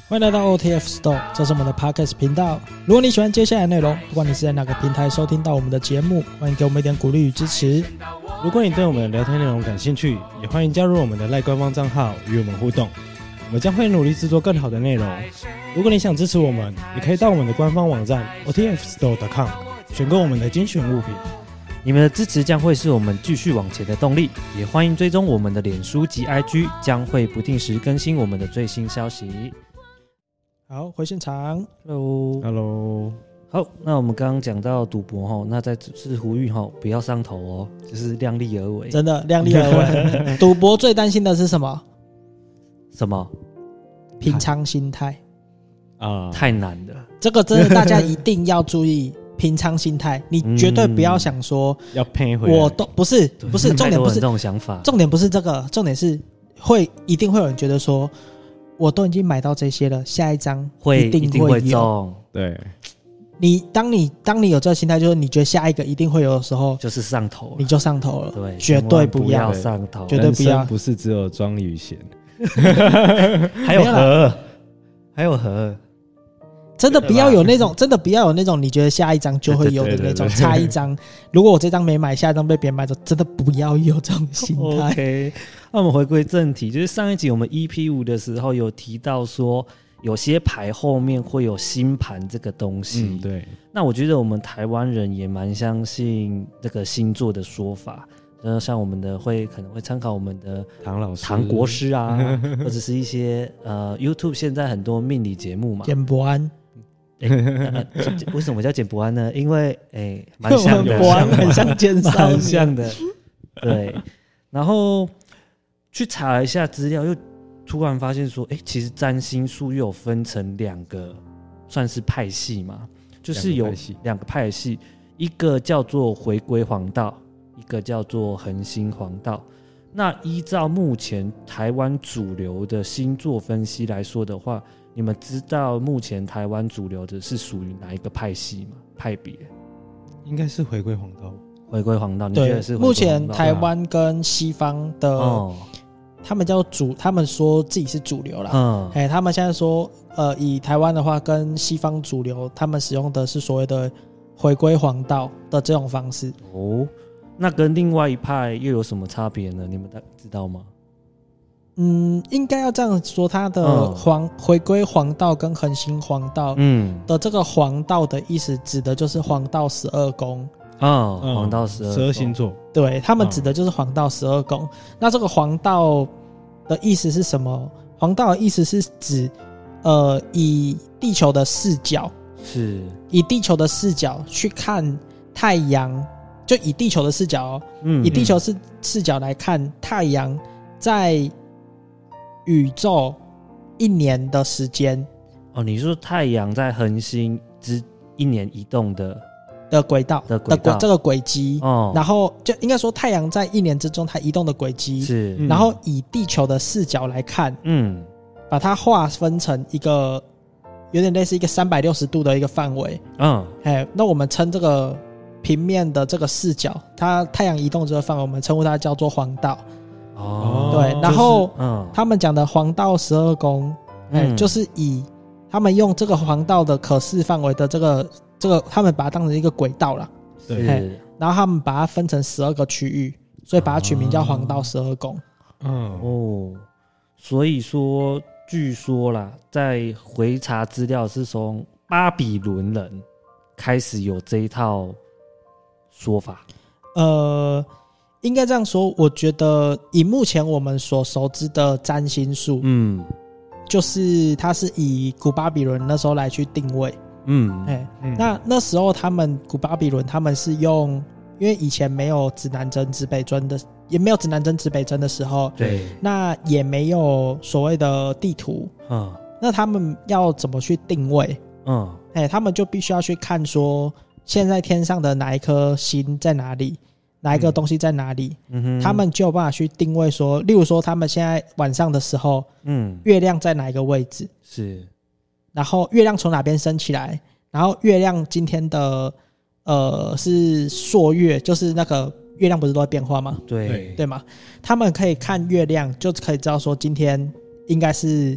欢迎来到 OTF Store， 这是我们的 Podcast 频道。如果你喜欢接下来的内容，不管你是在哪个平台收听到我们的节目，欢迎给我们一点鼓励与支持。 如果你对我们的聊天内容感兴趣，也欢迎加入我们的LINE官方账号与我们互动，我们将会努力制作更好的内容。如果你想支持我们，也可以到我们的官方网站 otfstore.com 选购我们的精选物品。 你们的支持将会是我们继续往前的动力，也欢迎追踪我们的脸书及 IG， 将会不定时更新我们的最新消息。 好，回现场。 Hello， 好，那我们刚刚讲到赌博，那再次呼吁不要上头哦，就是量力而为。 真的量力而为。赌博最担心的是什么？ 什么？ 平常心态太难了。 这个真的大家一定要注意。平常心态，你绝对不要想说要赔回来。 我都不是重点不是这种想法， 重点不是这个，重点是一定会有人觉得说，我都已经买到这些了，下一张一定会中。 对， 当你有这个心态，就是你觉得下一个一定会有的时候， 就是上头了， 你就上头了。 对， 绝对不要上头， 绝对不要。 人生不是只有庄与闲， 还有和。 真的不要有那种，真的不要有那种你觉得下一张就会有的那种，差一张。如果我这张没买，下一张被别人买走，真的不要有这种心态。 OK， 那我们回归正题，就是上一集我们 EP5 的时候有提到说，有些牌后面会有星盘这个东西。 对。 那我觉得我们台湾人也蛮相信这个星座的说法。像我们的可能会参考我们的唐老师、 唐国师啊，或者是一些YouTube 现在很多命理节目嘛。 简伯安。 为什么叫简伯安呢？因为蛮像的， 伯安很像奸少女， 蛮像的。对，然后去查了一下资料，又突然发现说，其实占星术又有分成两个，算是派系嘛，就是有两个派系，一个叫做回归黄道，一个叫做恒星黄道。那依照目前台湾主流的星座分析来说的话，你们知道目前台湾主流的是属于哪一个派系吗？派别应该是回归黄道。 回归黄道，你觉得是回归黄道？ 目前台湾跟西方的，他们说自己是主流啦。他们现在说，以台湾的话，跟西方主流，他们使用的是所谓的回归黄道的这种方式。 哦，那跟另外一派又有什么差别呢？你们知道吗？ 应该要这样说，它的回归黄道跟恒星黄道的这个黄道的意思，指的就是黄道12宫。 黄道12 星座。 对，他们指的就是黄道12宫。那这个黄道的意思是什么？黄道的意思是指以地球的视角，是以地球的视角去看太阳，就以地球的视角以地球视角来看太阳在宇宙一年的时间。 你说太阳在恒星之一年移动的轨道的这个轨迹，然后就应该说太阳在一年之中它移动的轨迹是，然后以地球的视角来看，把它划分成一个有点类似一个360度的一个范围，那我们称这个平面的这个视角，它太阳移动这个范围，我们称呼它叫做黄道。对，然后他们讲的黄道12宫，就是以他们用这个黄道的可视范围的这个，他们把它当成一个轨道啦，对，然后他们把它分成12个区域，所以把它取名叫黄道12宫。 所以说，据说啦，在回查资料是从巴比伦人开始有这一套说法。 应该这样说，我觉得以目前我们所熟知的占星术，就是它是以古巴比伦那时候来去定位。那时候古巴比伦他们是用，因为以前没有指南针指北针的，也没有指南针指北针的时候，对，那也没有所谓的地图，那他们要怎么去定位？他们就必须要去看说现在天上的哪一颗星在哪里，哪一个东西在哪里，他们就有办法去定位说，例如说他们现在晚上的时候，月亮在哪一个位置，是，然后月亮从哪边升起来，然后月亮今天的是朔月，就是那个月亮不是都会变化吗？对吗？他们可以看月亮就可以知道说今天应该是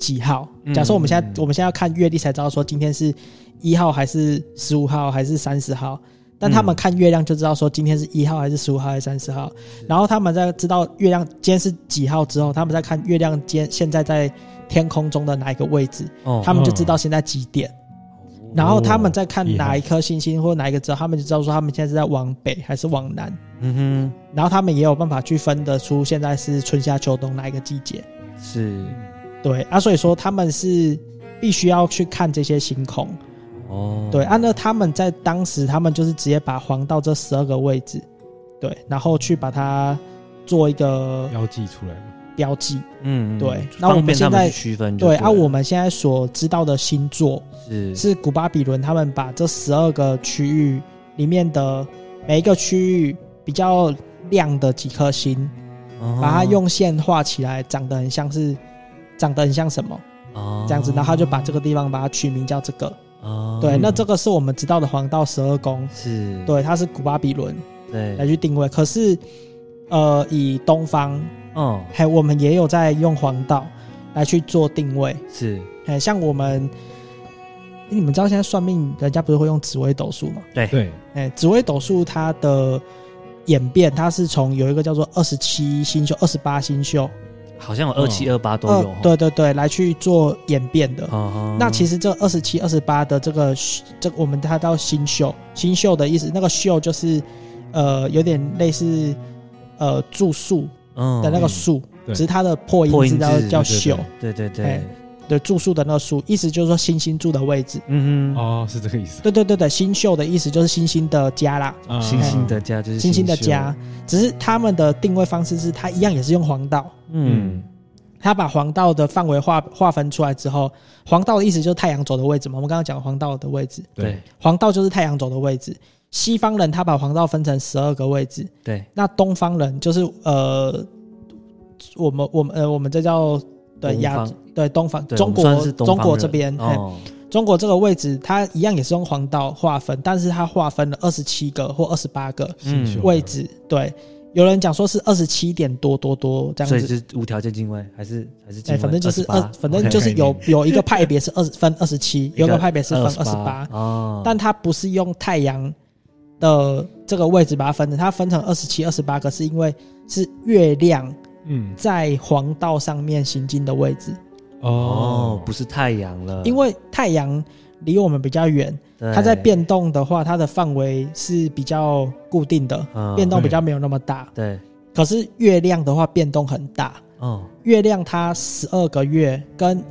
几号。假设我们现在要看月历才知道说今天是1号还是15号还是30号，但他们看月亮就知道说今天是1号还是15号还是30号，然后他们在知道月亮今天是几号之后，他们在看月亮现在在天空中的哪一个位置，他们就知道现在几点。然后他们在看哪一颗星星或哪一个之后，他们就知道说他们现在是在往北还是往南。然后他们也有办法去分得出现在是春夏秋冬哪一个季节。 是， 对啊，所以说他们是必须要去看这些星空。对啊，那他们在当时他们就是直接把黄道这12个位置，对，然后去把它做一个标记出来。 对。那我们现在区分对啊，我们现在所知道的星座是古巴比伦他们把这12个区域里面的每一个区域比较亮的几颗星，把它用线画起来，长得很像什么这样子，然后他就把这个地方把它取名叫这个。对，那这个是我们知道的黄道12宫，是对，它是古巴比伦来去定位。可是以东方我们也有在用黄道来去做定位，是像我们你们知道现在算命人家不是会用紫微斗数吗？对，紫微斗数它的演变，它是从有一个叫做27星宿、28星宿，好像有27、28都有。对对对，来去做演变的。那其实这27、28的这个我们它叫星宿，星宿的意思，那个宿就是有点类似住宿的那个宿，只是它的破音字叫宿。对对对。对，住宿的那个宿，意思就是说星星住的位置。是这个意思。对对对对，星宿的意思就是星星的家啦。星星的家就是星星的家，只是他们的定位方式是，它一样也是用黄道。他把黄道的范围划分出来之后，黄道的意思就是太阳走的位置嘛。我们刚刚讲黄道的位置，对，黄道就是太阳走的位置。西方人他把黄道分成12个位置，对。那东方人就是我们这叫对东方，中国这边，中国这个位置它一样也是用黄道划分，但是它划分了27个或28个位置，对。有人讲说是27点多这样子，所以是无条件进位还是进位？反正就是有一个派别是分27，有一个派别是分28，但它不是用太阳的这个位置把它分的，它分成27、28个，是因为是月亮在黄道上面行经的位置。不是太阳了，因为太阳离我们比较远，它在变动的话，它的范围是比较固定的，变动比较没有那么大。对，可是月亮的话变动很大。月亮它12个月跟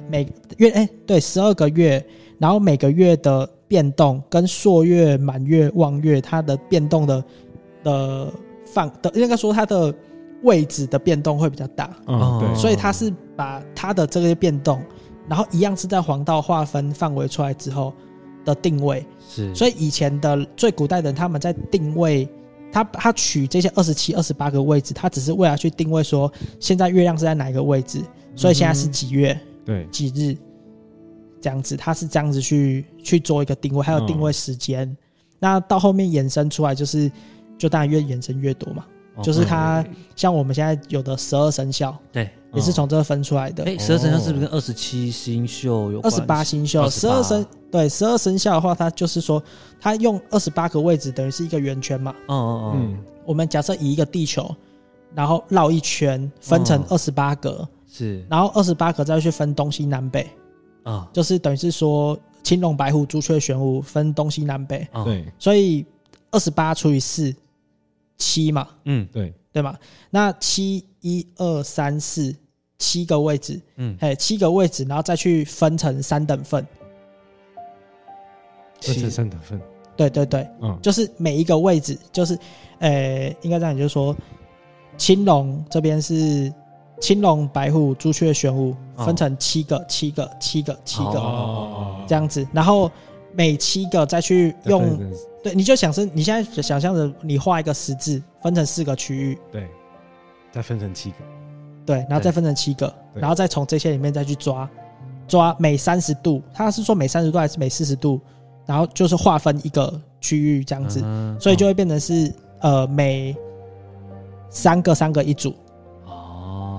12个月，然后每个月的变动跟朔月、满月、望月，它的变动的应该说它的位置的变动会比较大。对，所以它是把它的这个变动，然后一样是在黄道划分范围出来之后的定位。是，所以以前的最古代的人他们在定位，他取这些27、28个位置，他只是为了去定位说现在月亮是在哪一个位置，所以现在是几月、几日这样子，他是这样子去做一个定位，还有定位时间。那到后面衍生出来就当然越衍生越多嘛。就是它像我们现在有的12生肖，对，也是从这分出来的。12生肖是不是跟27星宿有关？28星宿，12生肖的话，它就是说它用28个位置等于是一个圆圈嘛。我们假设以一个地球，然后绕一圈，分成28格，是，然后28格再去分东西南北，就是等于是说青龙白虎朱雀玄武分东西南北。对，所以28除以4。7嘛，对嘛？那7、1、2、3、4， 7个位置，7个位置，然后再去分成3等份，分成3等份，对对对，就是每一个位置，就是应该这样，就是说，青龙这边是青龙、白虎、朱雀、玄武，分成7个，这样子，然后每7个再去用。对，你就你现在想象着你画一个十字，分成4个区域，对，再分成7个，对，然后再分成7个，然后再从这些里面再去抓每30度，他是说每30度还是每40度，然后就是划分一个区域这样子，所以就会变成是每3个一组。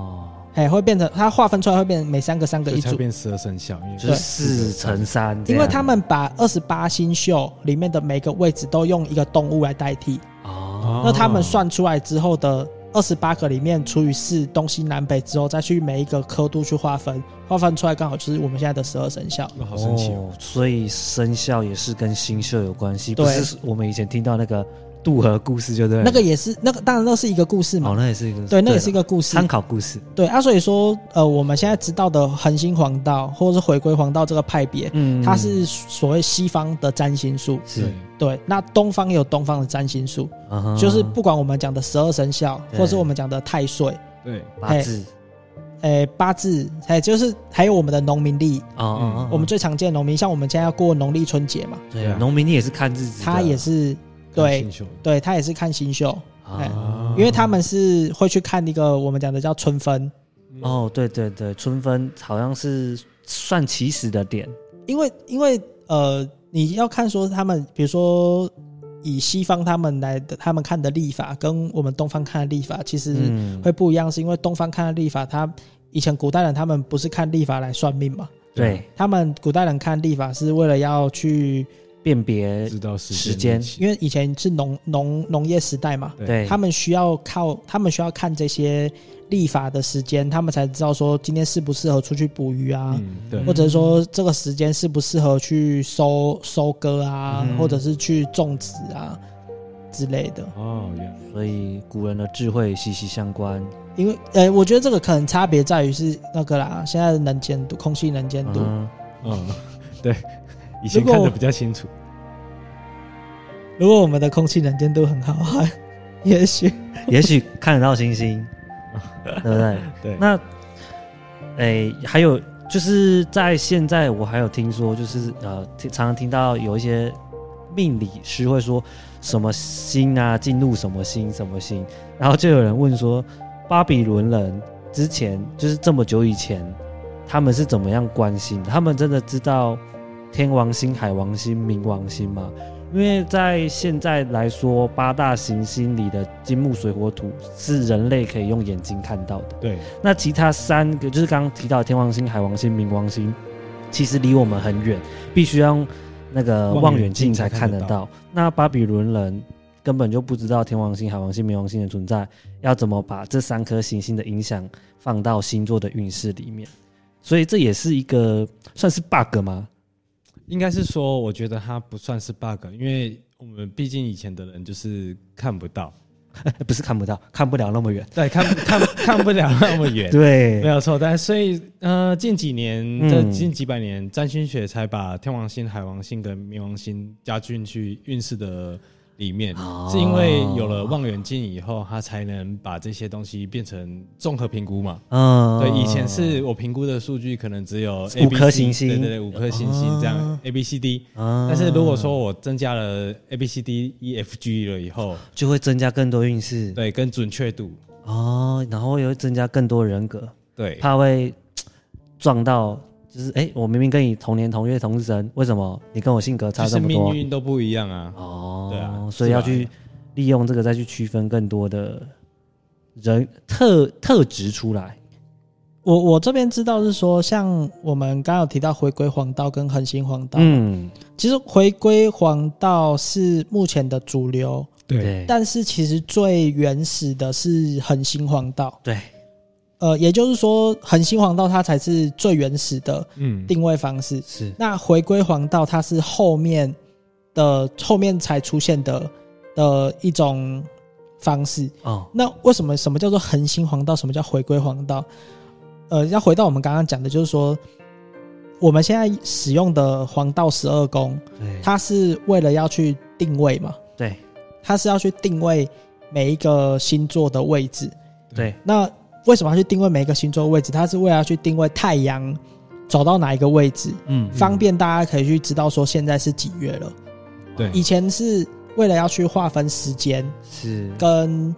会变成它划分出来会变成每3个3个一组， 变12生肖， 就是4乘3， 因为他们把28星宿里面的每个位置都用一个动物来代替。那他们算出来之后的28个里面除以4，东西南北之后再去每一个刻度去划分出来刚好就是我们现在的12生肖。 好神奇哦！ 所以生肖也是跟星宿有关系，不是我们以前听到那个渡河故事就对了。 那个也是，那个当然那是一个故事嘛。 那也是一个， 对，那也是一个故事， 参考故事。 对啊，所以说我们现在知道的恒星黄道或者是回归黄道这个派别，它是所谓西方的占星术。 是。 对，那东方也有东方的占星术，就是不管我们讲的12生肖，或是我们讲的太岁， 对， 八字，就是还有我们的农民历，我们最常见的农民，像我们现在要过农历春节嘛， 对，农民历也是看日子， 他也是对，他也是看星宿，因为他们是会去看一个我们讲的叫春分。 对对对，春分好像是算起始的点， 因为你要看说他们，比如说以西方他们看的历法跟我们东方看的历法其实会不一样，是因为东方看的历法，他以前古代人他们不是看历法来算命嘛？ 对， 他们古代人看历法是为了要去辨别知道时间， 因为以前是农业时代嘛， 对， 他们需要看这些历法的时间，他们才知道说今天适不适合出去捕鱼啊，或者说这个时间适不适合去收割啊，或者是去种植啊之类的。 所以古人的智慧息息相关。 因为我觉得这个可能差别在于是那个啦，现在的能见度，空气能见度。 对，以前看得比较清楚。 如果我们的空气能见度很好的话，也许看得到星星。对不对？ 对。 那，还有就是在现在，我还有听说，就是常常听到有一些命理师会说什么星啊进入什么星，然后就有人问说，巴比伦人之前就是这么久以前，他们是怎么样观星的？他们真的知道天王星、海王星、冥王星吗？因为在现在来说，8大行星里的金木水火土是人类可以用眼睛看到的。 对， 那其他3个就是刚刚提到的天王星、海王星、冥王星，其实离我们很远，必须要用那个望远镜才看得到。那巴比伦人根本就不知道天王星、海王星、冥王星的存在，要怎么把这3颗行星的影响放到星座的运势里面？所以这也是一个算是 bug 吗？ 应该是说，我觉得它不算是 bug， 因为我们毕竟以前的人就是看不到， 不是看不到，看不了那么远， 对，看不了那么远， 对， 没有错。但所以近几年，这近几百年，占星学才把天王星、海王星跟冥王星加进去运势的里面，是因为有了望远镜以后，它才能把这些东西变成综合评估嘛。对，以前是我评估的数据可能只有 5颗行星， 对，5颗行星这样 A B C D。但是如果说我增加了 A B C D E F G 了以后， 就会增加更多运势， 对，跟准确度然后也会增加更多人格， 对， 怕会撞到。就是我明明跟你同年同月同日生，为什么你跟我性格差这么多？ 就是命运都不一样啊！对啊， 所以要去利用这个再去区分更多的人特质出来。 我这边知道是说，像我们刚刚有提到回归黄道跟恒星黄道，其实回归黄道是目前的主流， 对， 但是其实最原始的是恒星黄道， 对。 也就是说，恒星黄道它才是最原始的定位方式。 是。 那回归黄道它是后面才出现的一种方式。那为什么叫做恒星黄道？什么叫回归黄道？要回到我们刚刚讲的，就是说，我们现在使用的黄道12宫，它是为了要去定位嘛？ 对。 它是要去定位每一个星座的位置。 对。 那为什么要去定位每一个星座的位置？它是为了要去定位太阳走到哪一个位置，方便大家可以去知道说现在是几月了。 对， 以前是为了要去划分时间， 是跟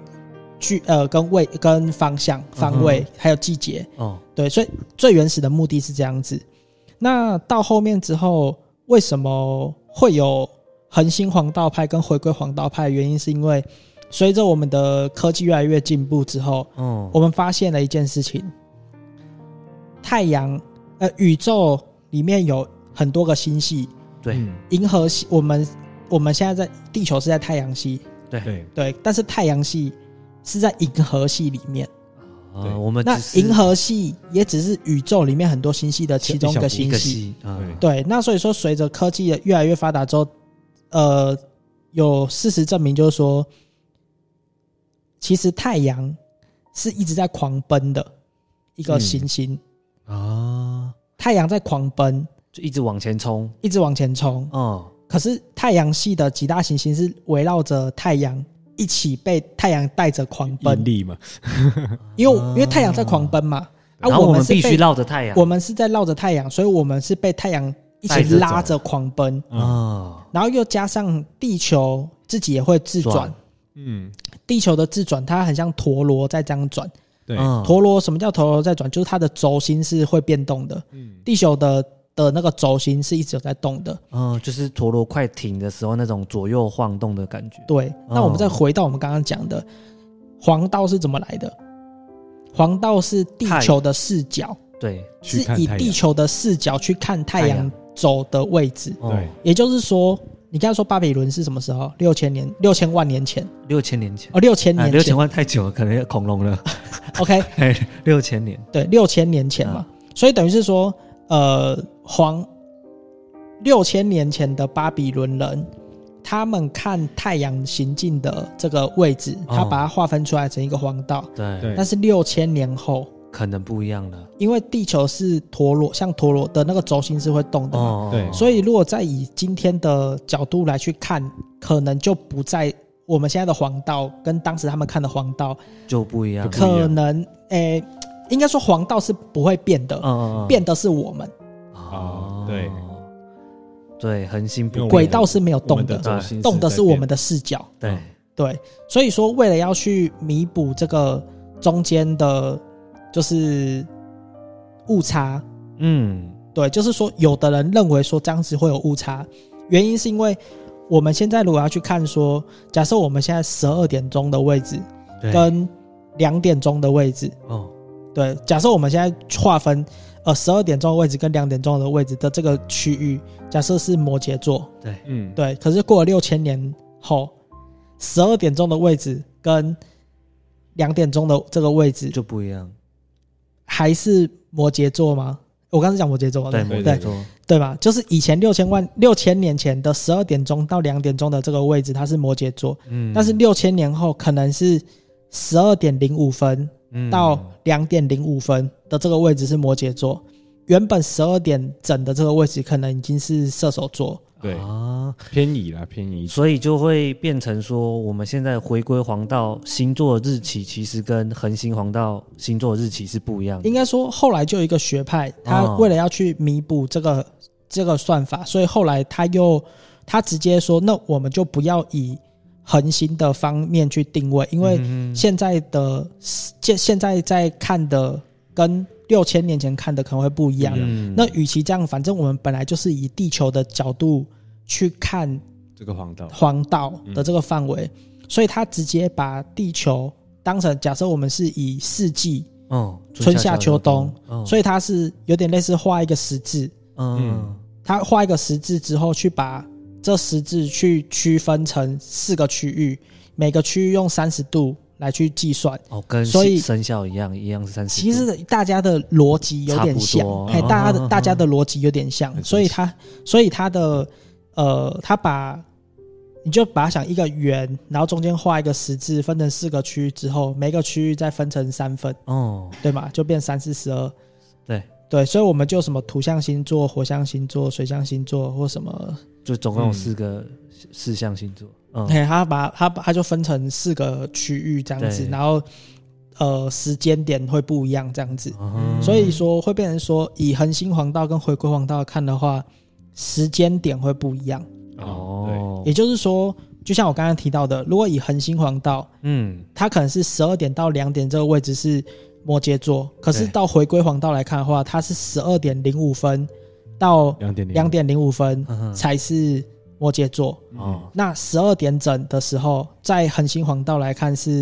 方向、方位，还有季节。对，所以最原始的目的是这样子。那到后面之后，为什么会有恒星黄道派跟回归黄道派？原因是因为随着我们的科技越来越进步之后，我们发现了一件事情， 太阳宇宙里面有很多个星系， 对， 银河系我们现在在地球是在太阳系，对，但是太阳系是在银河系里面。 我们那银河系也只是宇宙里面很多星系的其中一个星系。对，那所以说随着科技的越来越发达之后，有事实证明就是说，其实太阳是一直在狂奔的一个行星啊。太阳在狂奔， 就一直往前冲， 一直往前冲。可是太阳系的几大行星是围绕着太阳一起被太阳带着狂奔， 引力嘛， 因为太阳在狂奔嘛， 然后我们必须绕着太阳， 我们是在绕着太阳，所以我们是被太阳一起拉着狂奔然后又加上地球自己也会自转，地球的自转它很像陀螺在这样转， 对， 陀螺什么叫陀螺在转？就是它的轴心是会变动的，地球的那个轴心是一直有在动的， 就是陀螺快停的时候那种左右晃动的感觉。 对，那我们再回到我们刚刚讲的黄道是怎么来的？黄道是地球的视角， 对， 是以地球的视角去看太阳走的位置。 对， 也就是说，你刚才说巴比伦是什么时候？6000万年前。 6000年前。 6000年前。 6000万太久了，可能恐龙了。 OK。 6000年。 对，6000年前嘛。所以等于是说6000年前的巴比伦人，他们看太阳行进的这个位置，他把它划分出来成一个黄道。 对。 但是6000年后可能不一样了， 因为地球是陀螺，像陀螺的那个轴心是会动的嘛。 对。 所以如果再以今天的角度来去看，可能就不在我们现在的黄道跟当时他们看的黄道就不一样。 可能应该说黄道是不会变的，变的是我们。 对对，恒星不轨道是没有动的，动的是我们的视角。对，所以说为了要去弥补这个中间的，就是误差。对，就是说有的人认为说这样子会有误差，原因是因为我们现在如果要去看说，假设我们现在12点钟的位置跟2点钟的位置，对，假设我们现在划分12点钟的位置跟2点钟的位置的这个区域，假设是摩羯座，对，可是过了6000年后，12点钟的位置跟2点钟的这个位置就不一样， 还是摩羯座吗？我刚才讲摩羯座， 对，摩羯座， 对吧？就是以前6000年前的12点钟到2点钟的这个位置，它是摩羯座，但是6000年后可能是12点05分到2点05分的这个位置是摩羯座，原本12点整的这个位置可能已经是射手座。 对偏移啦，偏移， 所以就会变成说，我们现在回归黄道星座的日期，其实跟恒星黄道星座的日期是不一样的。 应该说，后来就有一个学派，他为了要去弥补这个算法，所以后来他直接说，那我们就不要以恒星的方面去定位，因为现在在看的跟6000年前看的可能会不一样。那与其这样，反正我们本来就是以地球的角度去看这个黄道的这个范围，所以他直接把地球当成，假设我们是以4季，春夏秋冬，所以他是有点类似画一个十字。他画一个十字之后，去把这十字去区分成4个区域，每个区域用30度来去计算。 跟生肖一样是30度。 其实大家的逻辑有点像，大家的逻辑有点像，所以他的你就把它想一个圆，然后中间画一个十字，分成4个区域之后，每个区域再分成3份，对吗？就变3、4、12。对，所以我们就什么土象星座、火象星座、水象星座或什么， 就总共有4象星座。 他就分成4个区域这样子，然后时间点会不一样这样子，所以说会变成说，以恒星黄道跟回归黄道看的话，时间点会不一样。也就是说，就像我刚刚提到的，如果以恒星黄道，它可能是12点到2点这个位置是摩羯座，可是到回归黄道来看的话，它是12点05分到2点05分才是摩羯座。那12点整的时候，在恒星黄道来看是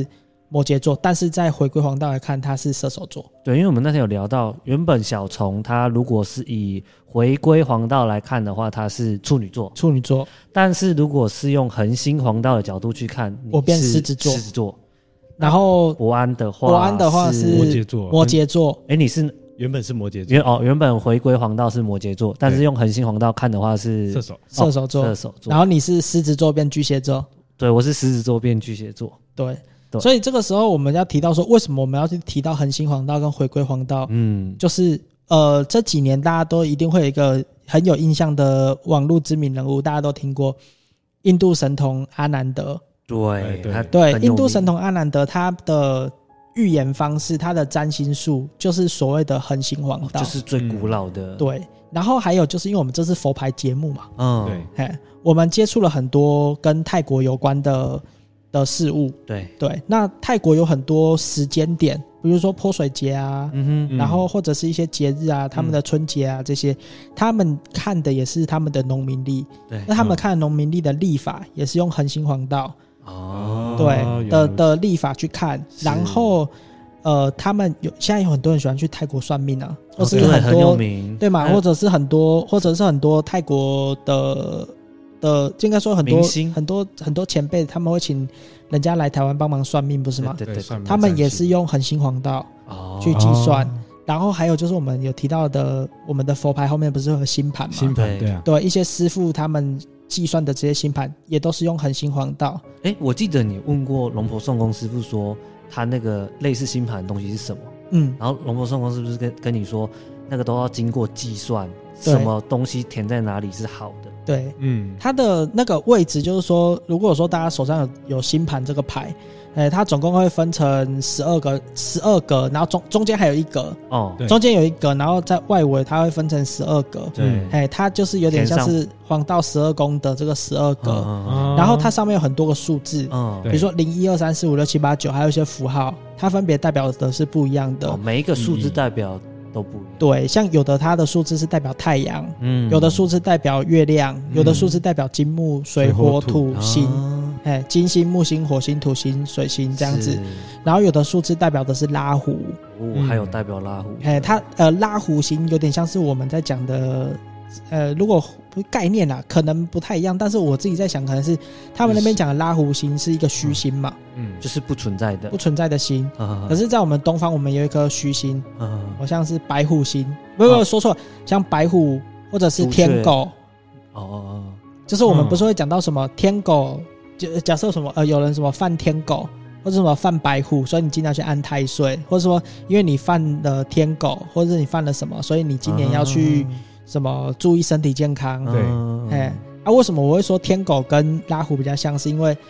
摩羯座，但是在回归黄道来看，它是射手座。 对，因为我们那天有聊到，原本小虫它如果是以回归黄道来看的话，它是处女座，但是如果是用恒星黄道的角度去看， 我变狮子座。然后伯安的话是摩羯座。 你是原本是摩羯座原本回归黄道是摩羯座，但是用恒星黄道看的话是射手座。然后你是狮子座变巨蟹座。 对，我是狮子座变巨蟹座。 对，所以这个时候我们要提到说，为什么我们要去提到恒星黄道跟回归黄道？就是这几年大家都一定会有一个很有印象的网络知名人物，大家都听过印度神童阿南德。 对， 印度神童阿南德他的预言方式，他的占星术就是所谓的恒星黄道， 就是最古老的。 对，然后还有就是因为我们这是佛牌节目嘛， 对， 我们接触了很多跟泰国有关的事物。对，那泰国有很多时间点，比如说泼水节啊，然后或者是一些节日啊，他们的春节啊这些，他们看的也是他们的农民历。对，那他们看农民历的历法也是用恒星黄道。对的历法去看，然后他们现在有很多人喜欢去泰国算命啊，或是很多对嘛，或者是很多泰国的应该说很多前辈他们会请人家来台湾帮忙算命，不是吗？对，他们也是用恒星黄道去计算。然后还有就是我们有提到的，我们的佛牌后面不是有星盘吗？ 星盘对，一些师傅他们计算的这些星盘也都是用恒星黄道。 我记得你问过龙婆送公师傅说他那个类似星盘的东西是什么？然后龙婆送公是不是跟你说那个都要经过计算，什么东西填在哪里是好的？ 对，它的那个位置就是说，如果说大家手上有星盘这个牌，它总共会分成12格，然后中间还有一格，中间有一格，然后在外围它会分成12格，对，它就是有点像是黄道12宫的这个12格，然后它上面有很多个数字，比如说0、1、2、3、4、5、6、7、8、9，还有一些符号，它分别代表的是不一样的， 每一个数字代表都不一样。 对，像有的它的数字是代表太阳，有的数字代表月亮，有的数字代表金木水火土星，金星木星火星土星水星这样子，然后有的数字代表的是拉胡， 还有代表拉胡， 它拉胡星有点像是我们在讲的如果概念啦可能不太一样，但是我自己在想可能是他们那边讲的拉胡星是一个虚星嘛， 就是不存在的星，可是在我们东方我们有一颗虚星，好像是白虎星，不是说错，像白虎或者是天狗，就是我们不是会讲到什么天狗，就假设什么有人什么犯天狗或者什么犯白虎，所以你今年要去安太岁，或者说因为你犯了天狗或者你犯了什么，所以你今年要去什么注意身体健康。 对， 为什么我会说天狗跟拉胡比较像，是因为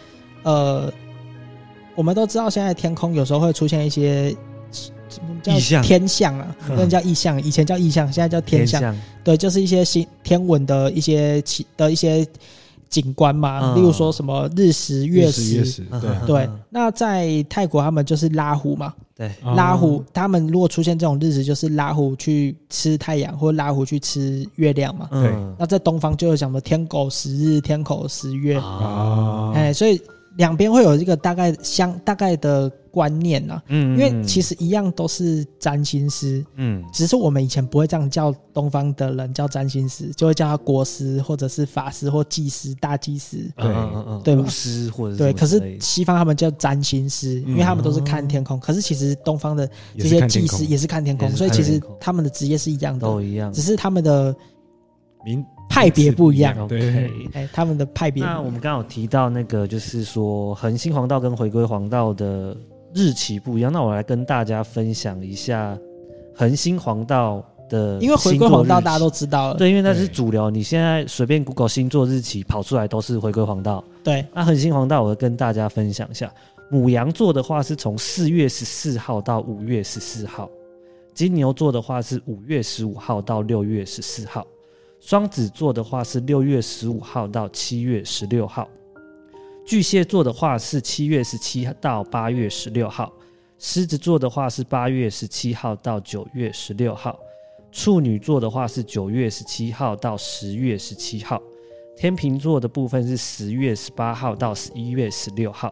我们都知道现在天空有时候会出现一些叫天象啊，不能叫异象，以前叫异象，现在叫天象。对，就是一些天文的一些景观嘛，例如说什么日食月食，对。那在泰国他们就是拉胡嘛，对，拉胡他们如果出现这种日子，就是拉胡去吃太阳，或拉胡去吃月亮嘛。对，那在东方就有讲的天狗食日，天狗食月，所以两边会有一个大概的观念啊，因为其实一样都是占星师，只是我们以前不会这样叫东方的人叫占星师，就会叫他国师或者是法师或祭司、大祭司，对吧？ 巫师或者是对，可是西方他们叫占星师，因为他们都是看天空，可是其实东方的这些祭司也是看天空，所以其实他们的职业是一样的，都一样，只是他们的派别不一样， 对， 他们的派别。 那我们刚刚有提到那个，就是说恒星黄道跟回归黄道的日期不一样。那我来跟大家分享一下恒星黄道的， 因为回归黄道大家都知道了， 对，因为那是主流。你现在随便 Google 星座日期跑出来都是回归黄道。 对， 那恒星黄道我会跟大家分享一下。牡羊座的话是从4月14号到5月14号，金牛座的话是5月15号到6月14号。双子座的话是6月15号到7月16号，巨蟹座的话是7月17到8月16号，狮子座的话是8月17号到9月16号，处女座的话是9月17号到10月17号，天秤座的部分是10月18号到11月16号，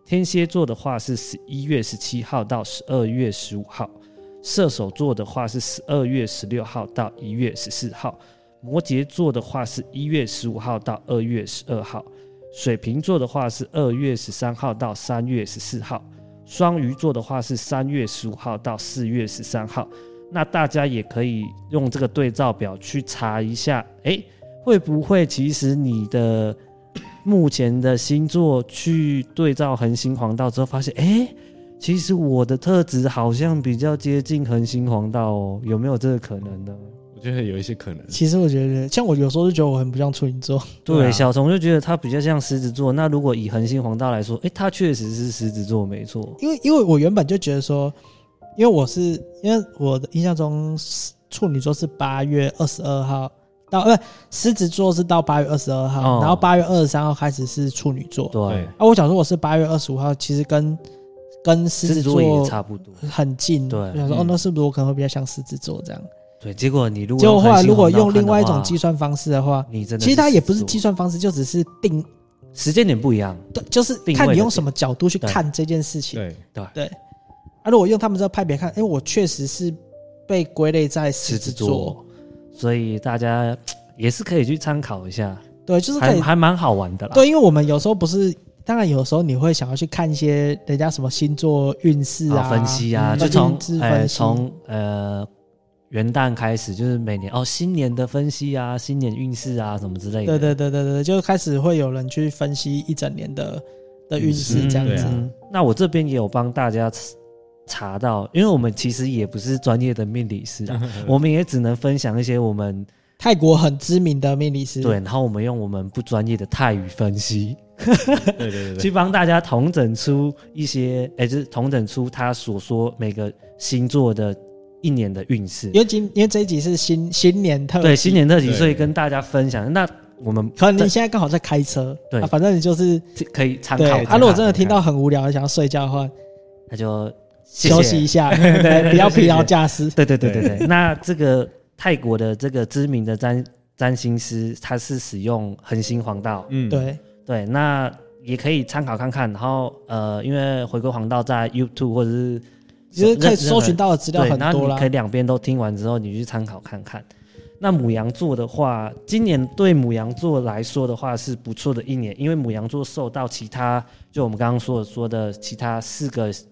天蝎座的话是11月17号到12月15号，射手座的话是12月16号到1月14号，摩羯座的话是1月15号到2月12号，水瓶座的话是2月13号到3月14号，双鱼座的话是3月15号到4月13号。那大家也可以用这个对照表去查一下，会不会其实你的目前的星座去对照恒星黄道之后发现，其实我的特质好像比较接近恒星黄道哦，有没有这个可能呢？ 我觉得有一些可能。 其实我觉得，像我有时候就觉得我很不像处女座。 对，小虫就觉得他比较像狮子座。那如果以恒星黄道来说，他确实是狮子座，没错。 因为我原本就觉得说，因为我的印象中处女座是8月22号到狮子座是到8月22号，然后8月23号开始是处女座。 对， 我想说我是8月25号，其实跟狮子座也差不多， 很近。 对， 我想说那是不是我可能会比较像狮子座这样？ 对，结果后来如果用另外一种计算方式的话， 你真的其实它也不是计算方式，就只是定时间点不一样。 对，就是看你用什么角度去看这件事情。对。如果用他们这个派别看，我确实是被归类在狮子座， 所以大家也是可以去参考一下。 对，就是可以还蛮好玩的啦。 对，因为我们有时候不是，当然有时候你会想要去看一些人家什么星座运势啊、 分析啊，就从元旦开始，就是每年新年的分析啊、新年运势啊什么之类的。 对，就开始会有人去分析一整年的运势这样子。 那我这边也有帮大家查到，因为我们其实也不是专业的命理师啊，我们也只能分享一些我们泰国很知名的命理师。 对，然后我们用我们不专业的泰语分析，对，去帮大家统整出一些，就是统整出他所说每个星座的一年的运势。 因为这一集是新年特辑， 对，新年特辑，所以跟大家分享。那我们可能你现在刚好在开车，对，反正你就是可以参考。 如果真的听到很无聊想要睡觉的话， 那就休息一下，对，不要疲劳驾驶。 对。那这个泰国的这个知名的占星师，他是使用恒星黄道，对，那也可以参考看看。然后因为回归黄道在 YouTube 或者是就是可以搜寻到的资料很多啦， 然后你可以两边都听完之后，你去参考看看。那牡羊座的话，今年对牡羊座来说的话是不错的一年，因为牡羊座受到其他就我们刚刚说的其他4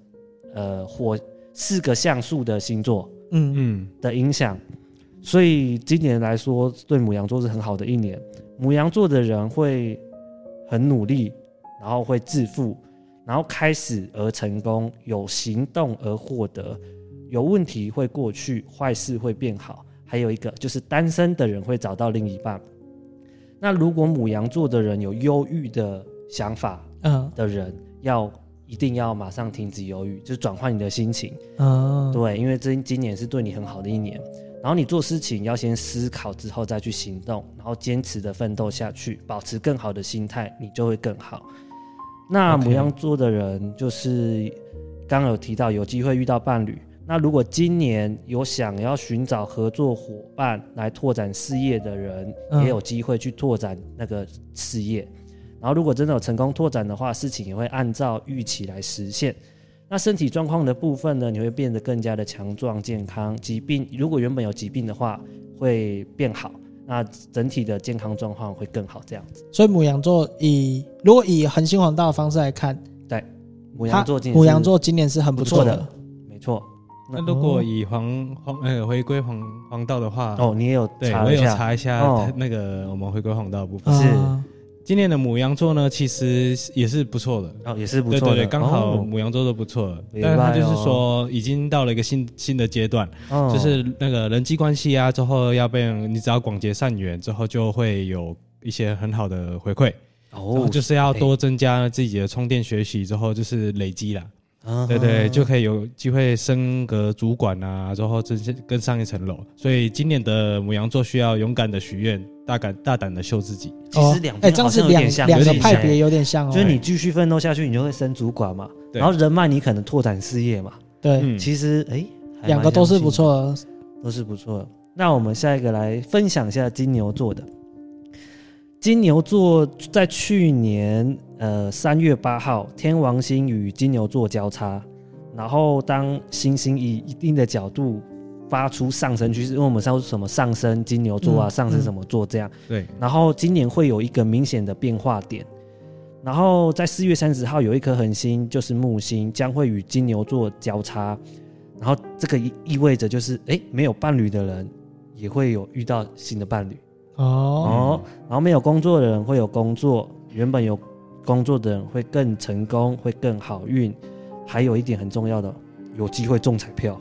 个像素的星座的影响，所以今年来说对牡羊座是很好的一年。牡羊座的人会很努力，然后会致富，然后开始而成功，有行动而获得，有问题会过去，坏事会变好。还有一个就是单身的人会找到另一半。那如果牡羊座的人有忧郁的想法的人，一定要马上停止忧郁，就是转换你的心情。对，因为今年是对你很好的一年。然后你做事情要先思考之后再去行动，然后坚持的奋斗下去，保持更好的心态，你就会更好。那牡羊座的人就是刚刚有提到有机会遇到伴侣。那如果今年有想要寻找合作伙伴来拓展事业的人，也有机会去拓展那个事业。然后如果真的有成功拓展的话，事情也会按照预期来实现。那身体状况的部分呢，你会变得更加的强壮健康，疾病如果原本有疾病的话会变好，那整体的健康状况会更好这样子。 所以牡羊座如果以恒星黄道的方式来看， 对，牡羊座今年是很不错的，没错。 那如果以回归黄道的话， 你也有查一下，我有查一下那个我们回归黄道的部分。是今年的牡羊座呢，其实也是不错的， 也是不错的， 对，刚好牡羊座都不错了。但是他就是说，已经到了一个新的阶段，就是那个人际关系啊，之后你只要广结善缘，之后就会有一些很好的回馈。就是要多增加自己的充电学习，之后就是累积啦。对，就可以有机会升格主管啊，之后更上一层楼。所以今年的牡羊座需要勇敢的许愿，大胆的秀自己。 其实两边好像有点像， 两个派别有点像就是你继续奋斗下去，你就会升主管嘛，然后人脉你可能拓展事业嘛。 对， 其实两个都是不错的， 都是不错的。那我们下一个来分享一下金牛座的。 金牛座在去年3月8号，天王星与金牛座交叉，然后当星星以一定的角度发出上升趋势，因为我们说什么上升金牛座啊，上升什么座这样， 对， 然后今年会有一个明显的变化点。然后在4月30号有一颗恒星，就是木星，将会与金牛座交叉，然后这个意味着就是没有伴侣的人也会有遇到新的伴侣然后没有工作的人会有工作，原本有工作的人会更成功，会更好运，还有一点很重要的，有机会中彩票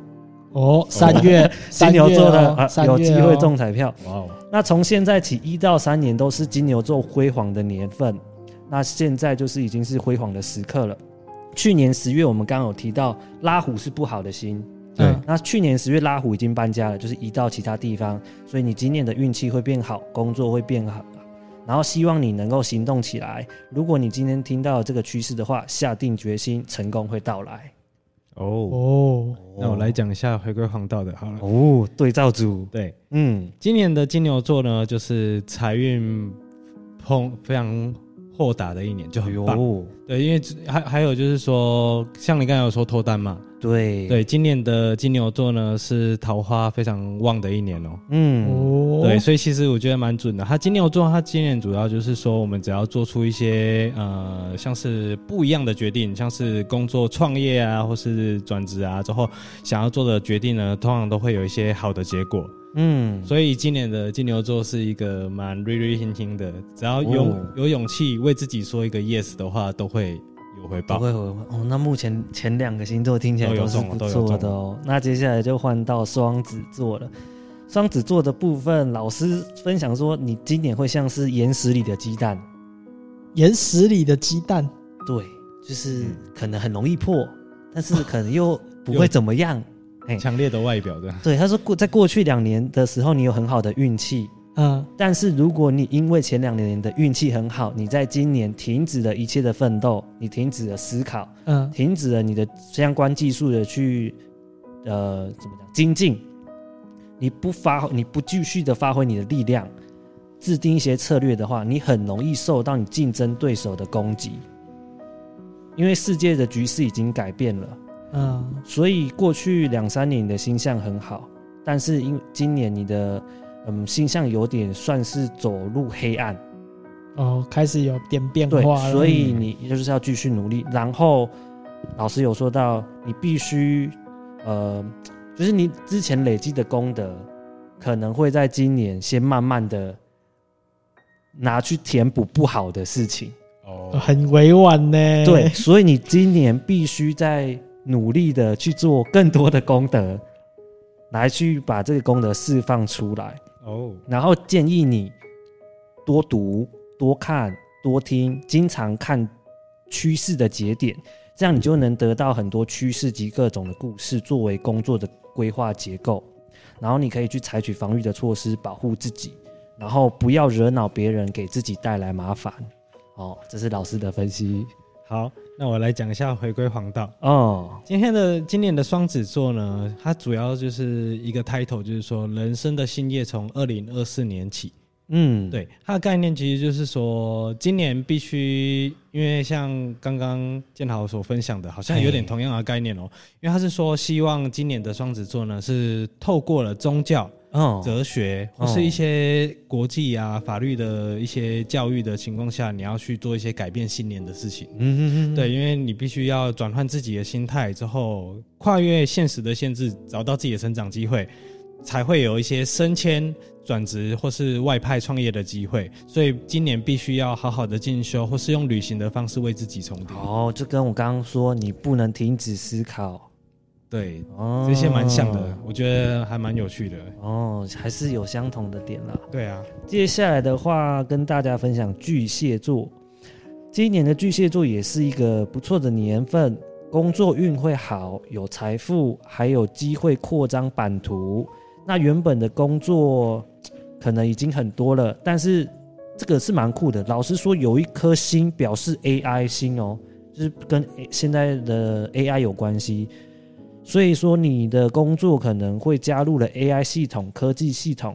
3月金牛座的有机会中彩票。 哇， 那从现在起1到3年都是金牛座辉煌的年份，那现在就是已经是辉煌的时刻了。去年10月我们刚刚有提到拉虎是不好的星， 对， 那去年10月拉虎已经搬家了，就是移到其他地方，所以你今年的运气会变好，工作会变好，然后希望你能够行动起来。如果你今天听到这个趋势的话，下定决心，成功会到来。 那我来讲一下回归黄道的好了。 对照组， 对，今年的金牛座呢，就是财运非常豁达的一年，就很棒。对，因为还有就是说，像你刚才有说脱单嘛，对，今年的金牛座呢是桃花非常旺的一年对，所以其实我觉得蛮准的。金牛座，他今年主要就是说，我们只要做出一些像是不一样的决定，像是工作创业啊，或是转职啊之后想要做的决定呢，通常都会有一些好的结果。所以今年的金牛座是一个蛮瑞瑞hinhin的，只要有勇气为自己说一个 yes 的话，都会有回报。 那目前前2个星座听起来都是不错的哦。那接下来就换到双子座了。双子座的部分，老师分享说，你今年会像是岩石里的鸡蛋。 岩石里的鸡蛋， 对，就是可能很容易破，但是可能又不会怎么样。 强烈的外表的， 对，他说在过去2年的时候，你有很好的运气，但是如果你因为前2年的运气很好，你在今年停止了一切的奋斗，你停止了思考，停止了你的相关技术的去怎么讲精进，你不继续的发挥你的力量，制定一些策略的话，你很容易受到你竞争对手的攻击，因为世界的局势已经改变了。所以过去2-3年你的星象很好，但是因今年你的星象有点算是走入黑暗开始有点变化了。 对，所以你就是要继续努力。然后老师有说到，你必须就是你之前累积的功德，可能会在今年先慢慢的拿去填补不好的事情。 很委婉呢。 对，所以你今年必须在努力的去做更多的功德，来去把这个功德释放出来。然后建议你多读、多看、多听，经常看趋势的节点，这样你就能得到很多趋势及各种的故事作为工作的规划结构。然后你可以去采取防御的措施保护自己，然后不要惹恼别人，给自己带来麻烦。这是老师的分析。 好，那我来讲一下回归黄道。今年的双子座呢，它主要就是一个 title， 就是说人生的新业从2024年起。对，它的概念其实就是说，今年必须，因为像刚刚建豪所分享的，好像有点同样的概念因为他是说，希望今年的双子座呢，是透过了宗教、哲学或是一些国际啊、法律的一些教育的情况下，你要去做一些改变信念的事情。对，因为你必须要转换自己的心态之后，跨越现实的限制，找到自己的成长机会，才会有一些升迁、转职或是外派创业的机会。所以今年必须要好好的进修，或是用旅行的方式为自己充电。 就跟我刚刚说，你不能停止思考。 对，这些蛮像的，我觉得还蛮有趣的。 还是有相同的点啦。 对啊。 接下来的话，跟大家分享巨蟹座。今年的巨蟹座也是一个不错的年份，工作运会好，有财富，还有机会扩张版图。那原本的工作可能已经很多了，但是这个是蛮酷的。老实说，有一颗星表示 AI 星就是跟现在的 AI 有关系。所以说你的工作可能会加入了 AI 系统、科技系统，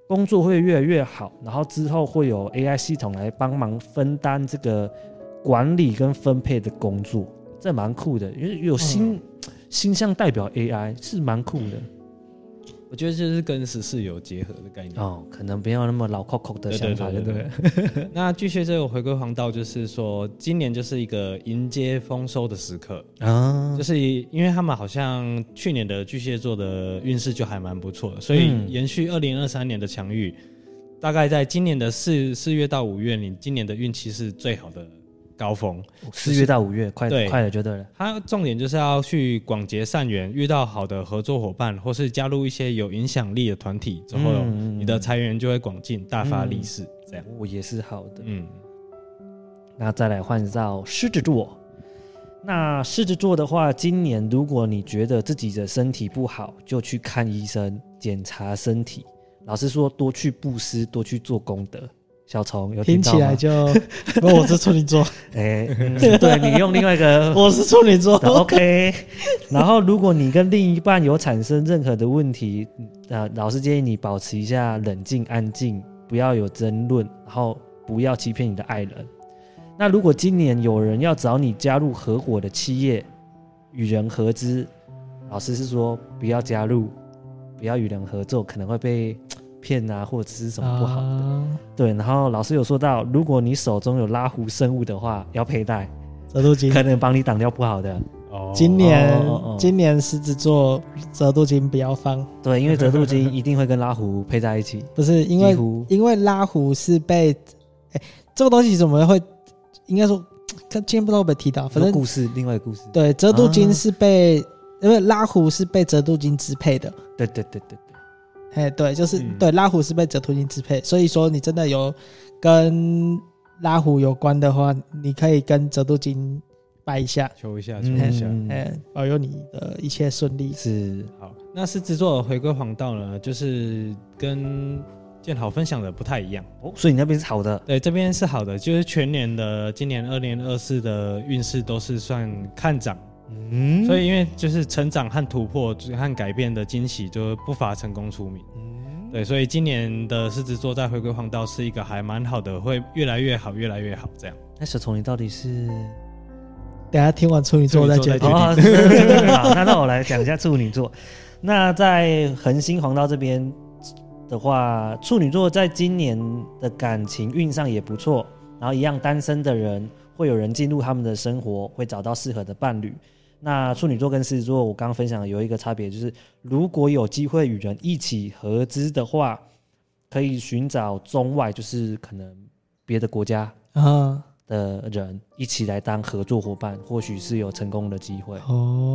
工作会越来越好，然后之后会有 AI 系统来帮忙分担这个管理跟分配的工作，这蛮酷的，因为有星象代表 AI 是蛮酷的。 我觉得就是跟时事有结合的概念哦，可能不要那么老扣扣的想法，对不对？ 那巨蟹这个回归黄道，就是说今年就是一个迎接丰收的时刻啊，就是因为他们好像去年的巨蟹座的运势就还蛮不错的，所以延续2023年的强运，大概在今年的4月到5月，你今年的运气是最好的高峰。 4月到5月，快了就对了。 它重点就是要去广结善缘，遇到好的合作伙伴，或是加入一些有影响力的团体之后，你的财源就会广进，大发利市。这样也是好的。那再来换到狮子座。那狮子座的话，今年如果你觉得自己的身体不好，就去看医生检查身体。老实说，多去布施，多去做功德。小虫有听到吗？ 听起来就我是处女座， 对，你用另外一个我是处女座 ，OK。然后，如果你跟另一半有产生任何的问题，老师建议你保持一下冷静、安静，不要有争论，然后不要欺骗你的爱人。那如果今年有人要找你加入合伙的企业，与人合资，老师是说不要加入，不要与人合作，可能会被骗啊，或者是什么不好的。对，然后老师有说到，如果你手中有拉胡生物的话，要佩戴折度金， 可能帮你挡掉不好的。 今年狮子座折度金不要放。对， 因为折度金一定会跟拉胡配在一起。 不是因为拉胡是被这个东西怎么会应该说今天不知道会不会提到，反正故事另外一个故事。 对，折度金是被因为拉胡是被折度金支配的。 对。 对，就是对，拉胡是被折度金支配，所以说你真的有跟拉胡有关的话，你可以跟折度金拜一下， 求一下， 保佑你的一切顺利。 是好，那狮子座回归黄道呢，就是跟建豪分享的不太一样所以你那边是好的？ 对，这边是好的，就是全年的今年2024的运势都是算看涨。所以因为就是成长和突破和改变的惊喜，就不乏成功出名。对，所以今年的狮子座在回归黄道是一个还蛮好的，会越来越好，越来越好这样。 那小虫你到底是？ 等一下听完处女座再决定。 好，那我来讲一下处女座。那在恒星黄道这边的话，处女座在今年的感情运上也不错，然后一样单身的人会有人进入他们的生活，会找到适合的伴侣。那处女座跟狮子座我刚刚分享有一个差别，就是如果有机会与人一起合资的话，可以寻找中外，就是可能别的国家的人一起来当合作伙伴，或许是有成功的机会。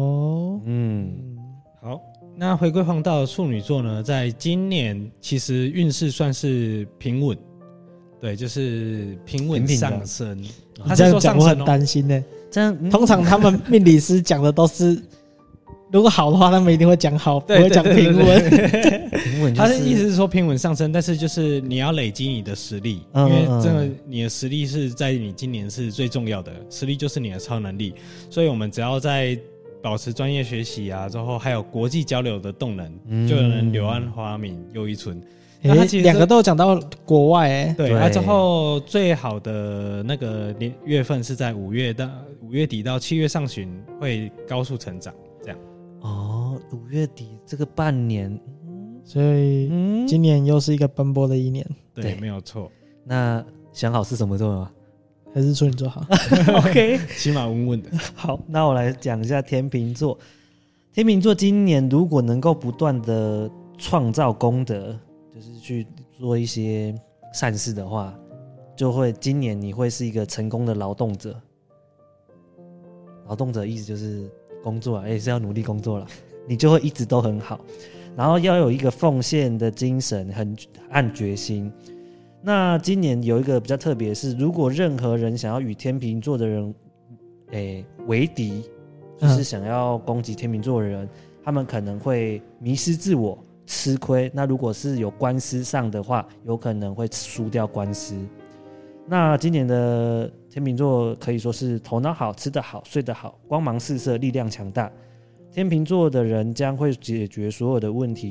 好，那回归黄道的处女座呢，在今年其实运势算是平稳，对，就是平稳上升。 他这样讲我很担心呢。 这样通常他们命理师讲的都是，如果好的话，他们一定会讲好，不会讲平稳。 平稳， 他的意思是说平稳上升，但是就是你要累积你的实力，因为这个你的实力是在你今年是最重要的，实力就是你的超能力。所以我们只要在保持专业学习啊，之后还有国际交流的动能，就能柳暗花明又一村。 两个都有讲到国外对，之后最好的那个月份是在5月底到7月上旬会高速成长，这样。 5月底这个半年， 所以今年又是一个奔波的一年。 对，没有错。 那想好是什么座吗？ 还是处女座好 ？OK， 起码稳稳的。 好，那我来讲一下天秤座。天秤座今年如果能够不断的创造功德，就是去做一些善事的话，就会今年你会是一个成功的劳动者。劳动者意思就是工作也是要努力工作了，你就会一直都很好。然后要有一个奉献的精神和决心。那今年有一个比较特别的是，如果任何人想要与天秤座的人为敌，就是想要攻击天秤座的人，他们可能会迷失自我，吃亏。那如果是有官司上的话，有可能会输掉官司。那今年的天秤座可以说是头脑好，吃得好，睡得好，光芒四射，力量强大。天秤座的人将会解决所有的问题，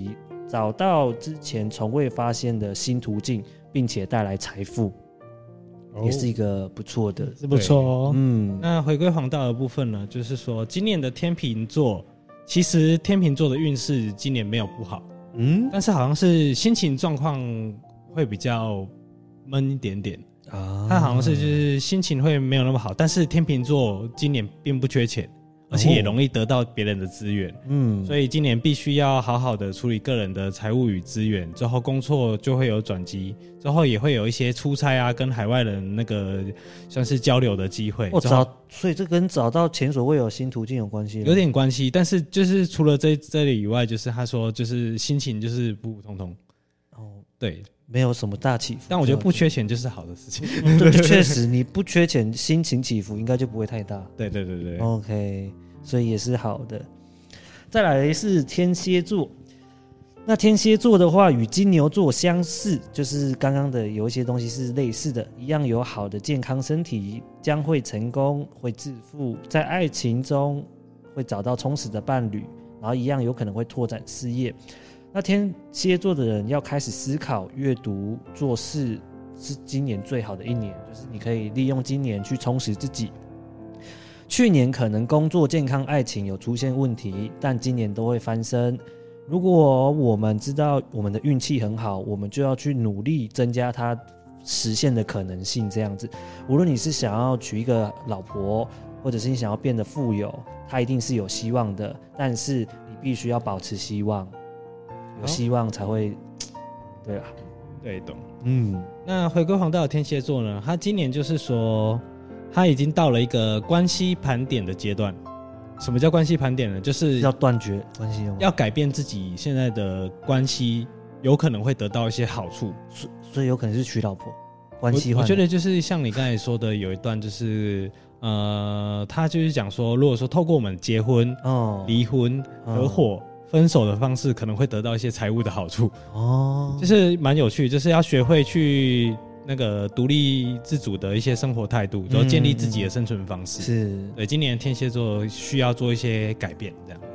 找到之前从未发现的新途径，并且带来财富，也是一个不错的， 是不错哦。 那回归黄道的部分呢，就是说今年的天秤座，其实天秤座的运势今年没有不好，但是好像是心情状况会比较闷一点点啊。他好像是就是心情会没有那么好，但是天秤座今年并不缺钱。而且也容易得到别人的资源，所以今年必须要好好的处理个人的财务与资源，之后工作就会有转机，之后也会有一些出差啊，跟海外人那个算是交流的机会。 所以这跟找到前所未有新途径有关系？ 有点关系，但是就是除了这里以外，就是他说就是心情就是普普通通，对。 没有什么大起伏， 但我觉得不缺钱就是好的事情。 对，确实，你不缺钱，心情起伏应该就不会太大。 对对对对 ，OK， 所以也是好的。再来是天蝎座，那天蝎座的话与金牛座相似，就是刚刚的有一些东西是类似的，一样有好的健康身体，将会成功，会致富，在爱情中会找到充实的伴侣，然后一样有可能会拓展事业。那天蝎座的人要开始思考、阅读、做事，是今年最好的一年，就是你可以利用今年去充实自己。去年可能工作、健康、爱情有出现问题，但今年都会翻身。如果我们知道我们的运气很好，我们就要去努力增加它实现的可能性。这样子，无论你是想要娶一个老婆，或者是你想要变得富有，它一定是有希望的。但是你必须要保持希望。有希望才会，对啊， 对，懂。那回归黄道的天蝎座呢，他今年就是说，他已经到了一个关系盘点的阶段。什么叫关系盘点呢？就是要断绝关系， 要改变自己现在的关系，有可能会得到一些好处， 所以有可能是娶老婆。关系我觉得就是像你刚才说的，有一段就是他就是讲说，如果说透过我们结婚、离婚、合伙。分手的方式可能会得到一些财务的好处就是蛮有趣，就是要学会去那个独立自主的一些生活态度，然后建立自己的生存方式。 是， 对，今年天蝎座需要做一些改变，这样。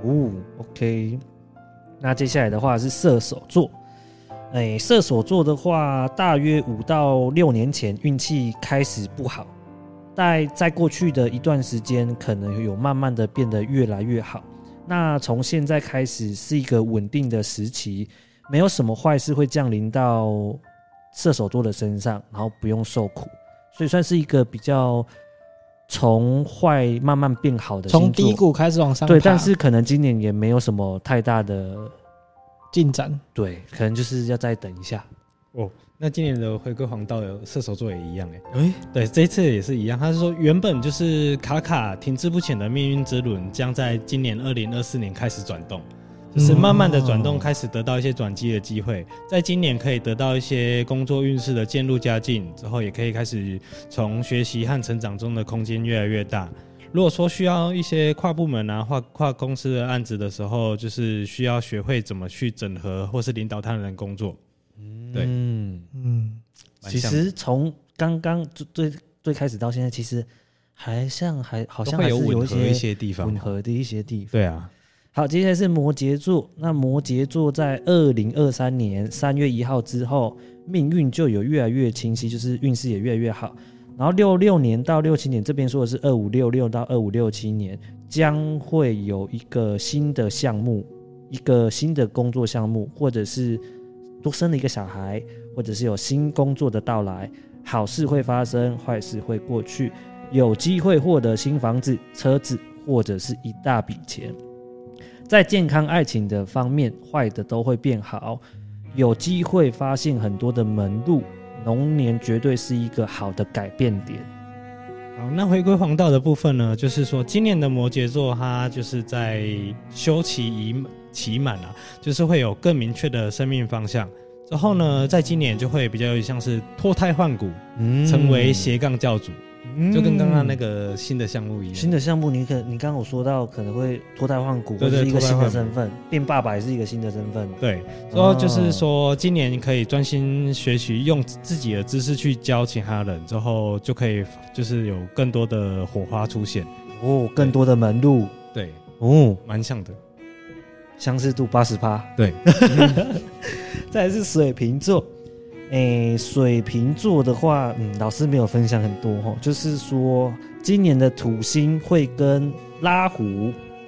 OK。那接下来的话是射手座，射手座的话，大约5到6年前运气开始不好，在过去的一段时间，可能有慢慢的变得越来越好。那从现在开始是一个稳定的时期，没有什么坏事会降临到射手座的身上，然后不用受苦，所以算是一个比较从坏慢慢变好的星座， 从低谷开始往上爬。 对，但是可能今年也没有什么太大的进展， 对，可能就是要再等一下。 那今年的回归黄道的射手座也一样对，这一次也是一样。他是说，原本就是卡停滞不前的命运之轮，将在今年2024年开始转动，就是慢慢的转动，开始得到一些转机的机会。在今年可以得到一些工作运势的渐入佳境，之后也可以开始从学习和成长中的空间越来越大。如果说需要一些跨部门啊或跨公司的案子的时候，就是需要学会怎么去整合或是领导他人的工作。对， 其实从刚刚最开始到现在，其实好像还是有一些地方吻合的一些地方。 对啊。 好，接下来是摩羯座。那摩羯座在2023年3月1号之后，命运就有越来越清晰，就是运势也越来越好。然后66年到67年，这边说的是2566到2567年，将会有一个新的项目，一个新的工作项目，或者是多生了一个小孩，或者是有新工作的到来，好事会发生，坏事会过去，有机会获得新房子、车子，或者是一大笔钱。在健康、爱情的方面，坏的都会变好，有机会发现很多的门路，龙年绝对是一个好的改变点。 好，那回归黄道的部分呢，就是说今年的摩羯座，它就是在休期满啊，就是会有更明确的生命方向。之后呢，在今年就会比较像是脱胎换骨，成为斜杠教主，就跟刚刚那个新的项目一样。 新的项目，你刚刚有说到可能会脱胎换骨，或者是一个新的身份，变爸爸也是一个新的身份。 对，所以就是说今年可以专心学习，用自己的知识去教其他人，之后就可以就是有更多的火花出现。 更多的门路。 对，蛮像的。 相似度 80%。 对。 再来是水瓶座。水瓶座的话，老师没有分享很多就是说今年的土星会跟拉胡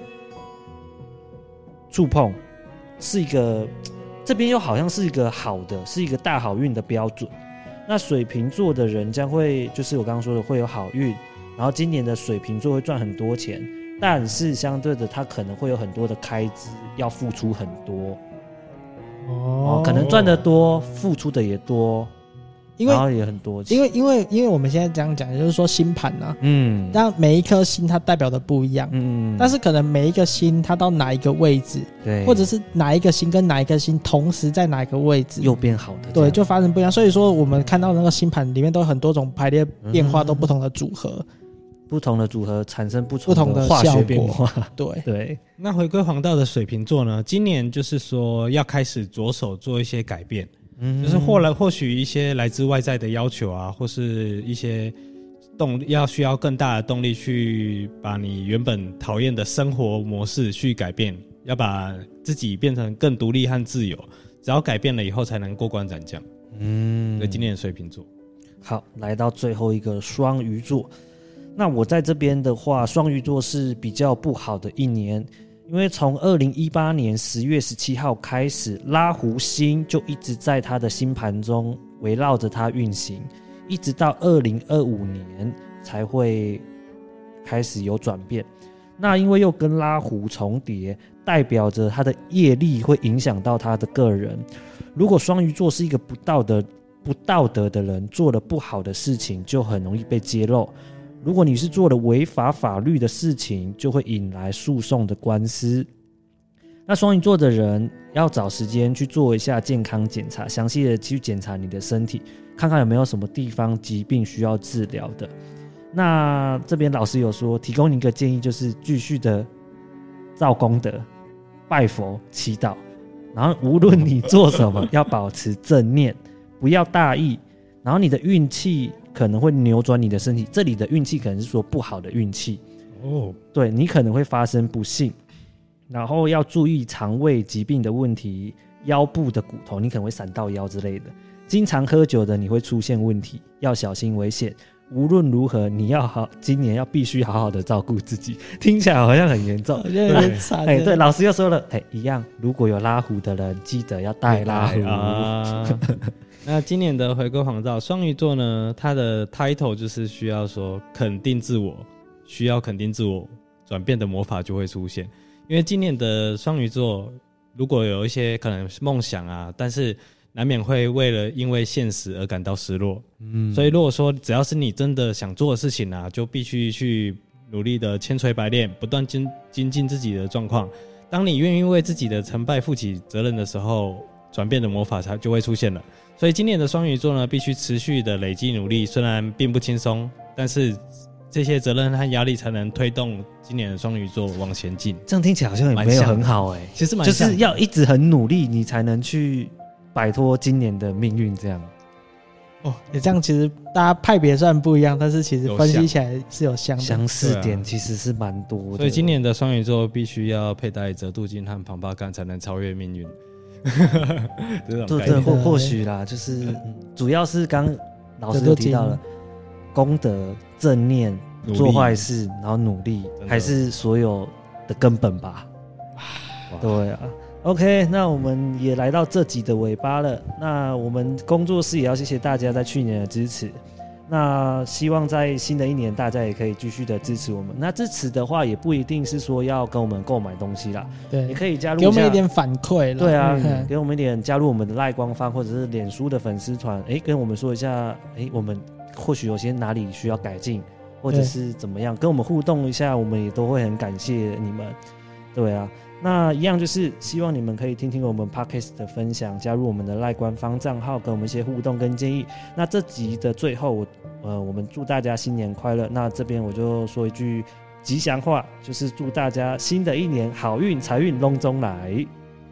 触碰，是一个这边又好像是一个好的，是一个大好运的标准。那水瓶座的人将会就是我刚刚说的会有好运，然后今年的水瓶座会赚很多钱，但是相对的他可能会有很多的开支，要付出很多。可能赚得多，付出的也多，然后也很多钱。 因为我们现在这样讲，就是说星盘啊，但每一颗星它代表的不一样，但是可能每一个星它到哪一个位置， 对， 或者是哪一个星跟哪一个星同时在哪一个位置， 又变好的， 对，就发生不一样。所以说我们看到那个星盘里面都有很多种排列变化，都不同的组合。 不同的组合产生不同的化学变化。对。 那回归黄道的水瓶座呢，今年就是说要开始着手做一些改变，就是或许一些来自外在的要求啊，或是一些需要更大的动力去把你原本讨厌的生活模式去改变，要把自己变成更独立和自由，只要改变了以后才能过关斩将。对，今年的水瓶座。 好，来到最后一个双鱼座。那我在这边的话，双鱼座是比较不好的一年，因为从2018年10月17号开始，拉胡星就一直在他的星盘中围绕着他运行，一直到2025年才会开始有转变。那因为又跟拉胡重叠，代表着他的业力会影响到他的个人。如果双鱼座是一个不道德的人，做了不好的事情就很容易被揭露。如果你是做了违法法律的事情，就会引来诉讼的官司。那双鱼座的人要找时间去做一下健康检查，详细的去检查你的身体，看看有没有什么地方疾病需要治疗的。那这边老师有说，提供你一个建议，就是继续的造功德、拜佛、祈祷，然后无论你做什么，要保持正念，不要大意，然后你的运气可能会扭转你的身体，这里的运气可能是说不好的运气对，你可能会发生不幸，然后要注意肠胃疾病的问题，腰部的骨头你可能会闪到腰之类的。经常喝酒的你会出现问题，要小心危险。无论如何，你今年必须好好的照顾自己。听起来好像很严重， 好像有点惨。 对，老师又说了，一样，如果有拉胡的人，记得要带拉胡那今年的回归黄道双鱼座呢，它的 title 就是需要说肯定自我，需要肯定自我，转变的魔法就会出现。因为今年的双鱼座如果有一些可能梦想啊，但是难免会因为现实而感到失落。所以如果说只要是你真的想做的事情啊，就必须去努力的千锤百炼，不断精进自己的状况。当你愿意为自己的成败负起责任的时候，转变的魔法就会出现了。所以今年的双鱼座呢，必须持续的累积努力，虽然并不轻松，但是这些责任和压力才能推动今年的双鱼座往前进。 这样听起来好像也没有很好其实蛮像的， 就是要一直很努力，你才能去摆脱今年的命运这样。 也这样，其实大家派别虽然不一样，但是其实分析起来是有相似点，其实是蛮多的。 所以今年的双鱼座必须要佩戴折度金和旁巴干，才能超越命运。 对，或许啦，就是主要是刚老师有提到了功德、正念、做坏事，然后努力，还是所有的根本吧。对啊。OK， 那我们也来到这集的尾巴了。那我们工作室也要谢谢大家在去年的支持。那希望在新的一年，大家也可以继续的支持我们。那支持的话，也不一定是说要跟我们购买东西啦， 对， 也可以加入给我们一点反馈啦。 对啊，给我们一点加入我们的赖官方或者是脸书的粉丝团，跟我们说一下，我们或许有些哪里需要改进，或者是怎么样，跟我们互动一下，我们也都会很感谢你们。对啊。那一样就是希望你们可以听听我们 Podcast 的分享，加入我们的赖官方账号，跟我们一些互动跟建议。那这集的最后我们祝大家新年快乐。那这边我就说一句吉祥话，就是祝大家新的一年好运财运隆中来。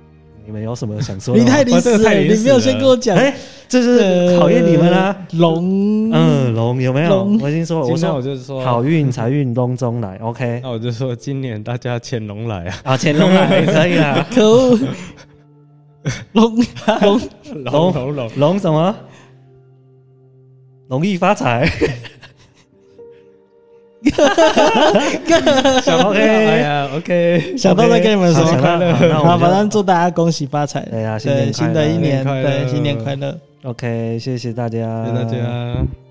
你们有什么想说的吗？ 你太临时了，你没有先跟我讲。 这是考验你们啊。 龙有没有？我已经说了， 我就是说好运财运龙中来 ，OK。 那我就说今年大家潜龙来啊！ 啊，潜龙来可以啊。 可恶， 龙什么？容易发财。 OK， 想到再跟你们说， 好， 反正祝大家恭喜发财。 对啊， 新的一年，对，新年快乐。 OK， 谢谢大家， 谢谢大家。